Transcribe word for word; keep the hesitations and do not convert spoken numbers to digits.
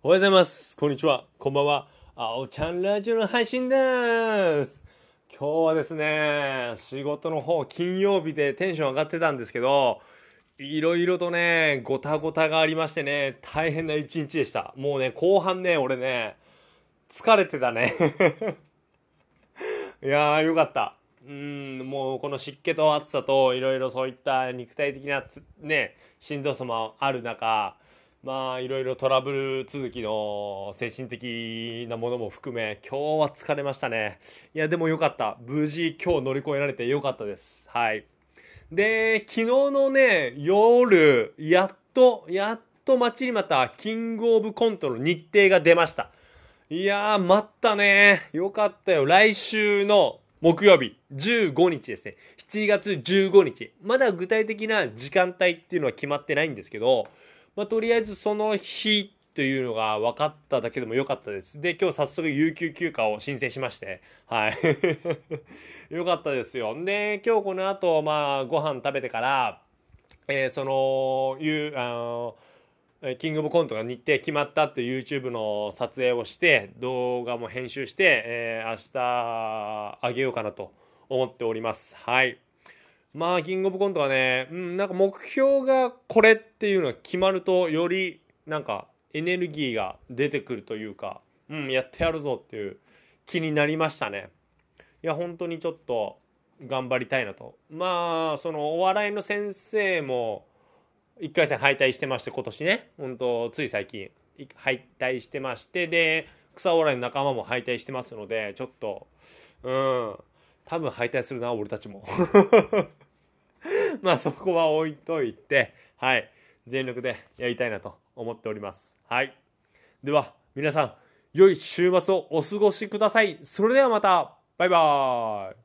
おはようございます。こんにちは。こんばんは。あおちゃんラジオの配信です。今日はですね、仕事の方、金曜日でテンション上がってたんですけど、いろいろとね、ごたごたがありましてね、大変な一日でした。もうね、後半ね、俺ね、疲れてたね。いやー、よかった。うーん、もうこの湿気と暑さといろいろそういった肉体的なつね、しんどさもある中、まあいろいろトラブル続きの精神的なものも含め、今日は疲れましたね。いや、でもよかった。無事今日乗り越えられてよかったです。はい。で、昨日のね、夜、やっと、やっと待ちに待ったキングオブコントの日程が出ました。いやー、待ったね。よかったよ。来週の木曜日、じゅうごにちですね。しちがつじゅうごにち。まだ具体的な時間帯っていうのは決まってないんですけど、まあ、とりあえずその日というのが分かっただけでもよかったです。で、今日早速有給休暇を申請しまして、はい。よかったですよ。で、今日この後、まあ、ご飯食べてから、えーその、いう、あのキングオブコントが日程決まったっていう YouTube の撮影をして、動画も編集して、えー明日あげようかなと思っております。はい。まあ、キングオブコントはね、うん、なんか目標がこれっていうのが決まると、よりなんかエネルギーが出てくるというか、うん、やってやるぞっていう気になりましたね。いや、本当にちょっと頑張りたいなと。まあ、そのお笑いの先生も、いっかい戦敗退してまして、今年ね、本当つい最近、敗退してまして、で、草お笑いの仲間も敗退してますので、ちょっと、うん、多分敗退するな、俺たちも。まあ、そこは置いといて、はい、全力でやりたいなと思っております。はい。では、皆さん、良い週末をお過ごしください。それではまた、バイバーイ。